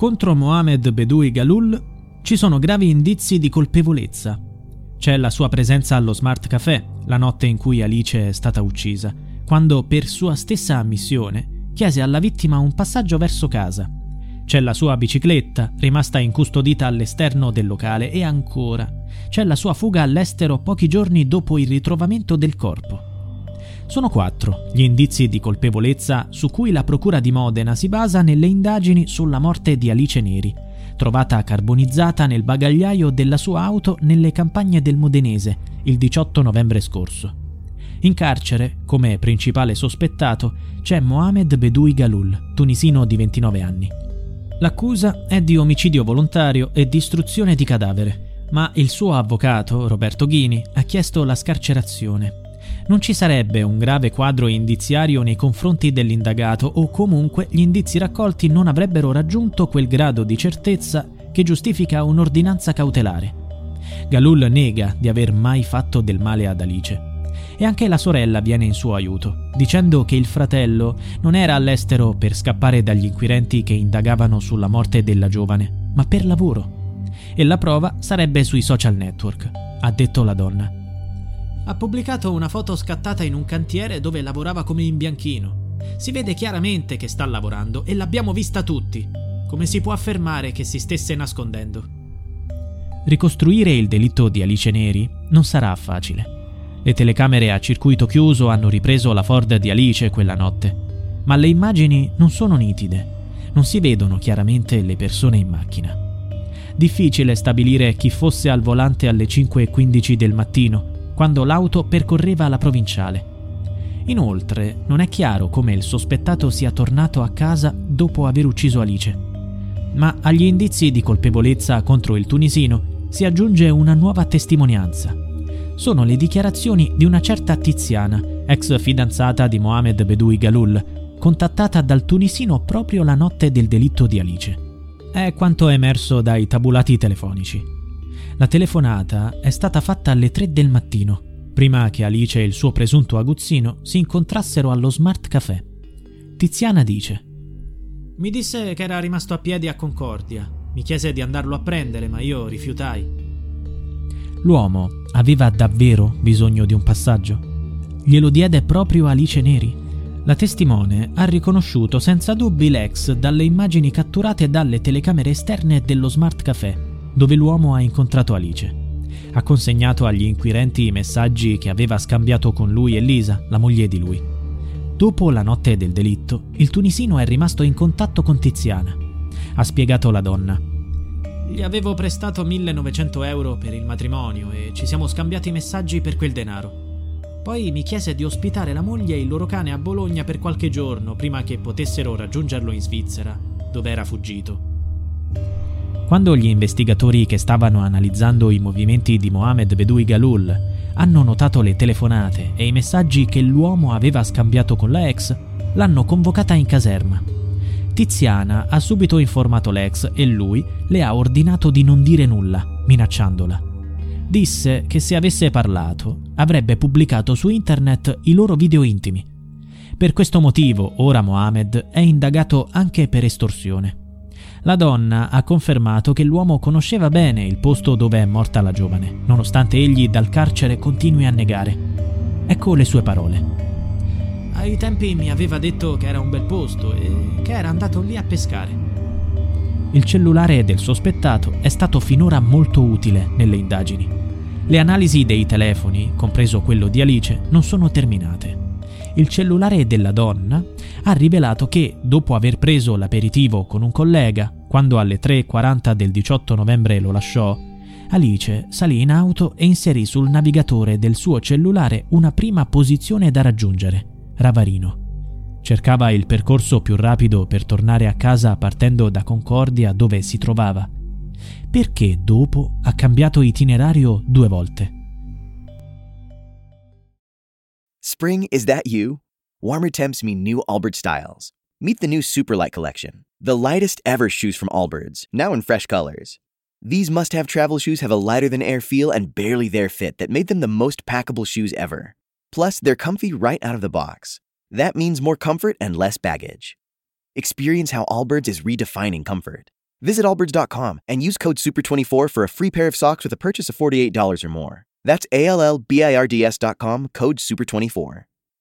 Contro Mohamed Bedoui Galul ci sono gravi indizi di colpevolezza. C'è la sua presenza allo Smart Café, la notte in cui Alice è stata uccisa, quando per sua stessa ammissione chiese alla vittima un passaggio verso casa. C'è la sua bicicletta, rimasta incustodita all'esterno del locale, e ancora c'è la sua fuga all'estero pochi giorni dopo il ritrovamento del corpo. Sono 4 gli indizi di colpevolezza su cui la Procura di Modena si basa nelle indagini sulla morte di Alice Neri, trovata carbonizzata nel bagagliaio della sua auto nelle campagne del Modenese il 18 novembre scorso. In carcere, come principale sospettato, c'è Mohamed Bedoui Galul, tunisino di 29 anni. L'accusa è di omicidio volontario e distruzione di cadavere, ma il suo avvocato, Roberto Ghini, ha chiesto la scarcerazione. Non ci sarebbe un grave quadro indiziario nei confronti dell'indagato, o comunque gli indizi raccolti non avrebbero raggiunto quel grado di certezza che giustifica un'ordinanza cautelare. Galul nega di aver mai fatto del male ad Alice. E anche la sorella viene in suo aiuto, dicendo che il fratello non era all'estero per scappare dagli inquirenti che indagavano sulla morte della giovane, ma per lavoro. E la prova sarebbe sui social network, ha detto la donna. Ha pubblicato una foto scattata in un cantiere dove lavorava come imbianchino. Si vede chiaramente che sta lavorando e l'abbiamo vista tutti. Come si può affermare che si stesse nascondendo? Ricostruire il delitto di Alice Neri non sarà facile. Le telecamere a circuito chiuso hanno ripreso la Ford di Alice quella notte, ma le immagini non sono nitide, non si vedono chiaramente le persone in macchina. Difficile stabilire chi fosse al volante alle 5:15 del mattino, quando l'auto percorreva la provinciale. Inoltre, non è chiaro come il sospettato sia tornato a casa dopo aver ucciso Alice. Ma agli indizi di colpevolezza contro il tunisino si aggiunge una nuova testimonianza. Sono le dichiarazioni di una certa Tiziana, ex fidanzata di Mohamed Bedoui Galul, contattata dal tunisino proprio la notte del delitto di Alice. È quanto è emerso dai tabulati telefonici. La telefonata è stata fatta alle 3 del mattino, prima che Alice e il suo presunto aguzzino si incontrassero allo Smart Café. Tiziana dice: «Mi disse che era rimasto a piedi a Concordia. Mi chiese di andarlo a prendere, ma io rifiutai». L'uomo aveva davvero bisogno di un passaggio? Glielo diede proprio Alice Neri? La testimone ha riconosciuto senza dubbi l'ex dalle immagini catturate dalle telecamere esterne dello Smart Café, dove l'uomo ha incontrato Alice. Ha consegnato agli inquirenti i messaggi che aveva scambiato con lui e Lisa, la moglie di lui. Dopo la notte del delitto, il tunisino è rimasto in contatto con Tiziana. Ha spiegato la donna: «Gli avevo prestato 1.900 euro per il matrimonio e ci siamo scambiati messaggi per quel denaro. Poi mi chiese di ospitare la moglie e il loro cane a Bologna per qualche giorno prima che potessero raggiungerlo in Svizzera, dove era fuggito». Quando gli investigatori che stavano analizzando i movimenti di Mohamed Bedoui Galul hanno notato le telefonate e i messaggi che l'uomo aveva scambiato con la ex, l'hanno convocata in caserma. Tiziana ha subito informato l'ex e lui le ha ordinato di non dire nulla, minacciandola. Disse che se avesse parlato avrebbe pubblicato su internet i loro video intimi. Per questo motivo ora Mohamed è indagato anche per estorsione. La donna ha confermato che l'uomo conosceva bene il posto dove è morta la giovane, nonostante egli dal carcere continui a negare. Ecco le sue parole. Ai tempi mi aveva detto che era un bel posto e che era andato lì a pescare. Il cellulare del sospettato è stato finora molto utile nelle indagini. Le analisi dei telefoni, compreso quello di Alice, non sono terminate. Il cellulare della donna ha rivelato che, dopo aver preso l'aperitivo con un collega, quando alle 3:40 del 18 novembre lo lasciò, Alice salì in auto e inserì sul navigatore del suo cellulare una prima posizione da raggiungere: Ravarino. Cercava il percorso più rapido per tornare a casa partendo da Concordia, dove si trovava. Perché dopo ha cambiato itinerario 2 volte? Spring, is that you? Warmer temps mean new Allbirds styles. Meet the new Superlight collection, the lightest ever shoes from Allbirds, now in fresh colors. These must-have travel shoes have a lighter-than-air feel and barely there fit that made them the most packable shoes ever. Plus, they're comfy right out of the box. That means more comfort and less baggage. Experience how Allbirds is redefining comfort. Visit allbirds.com and use code SUPER24 for a free pair of socks with a purchase of $48 or more. That's ALLBIRDS.com, code SUPER24.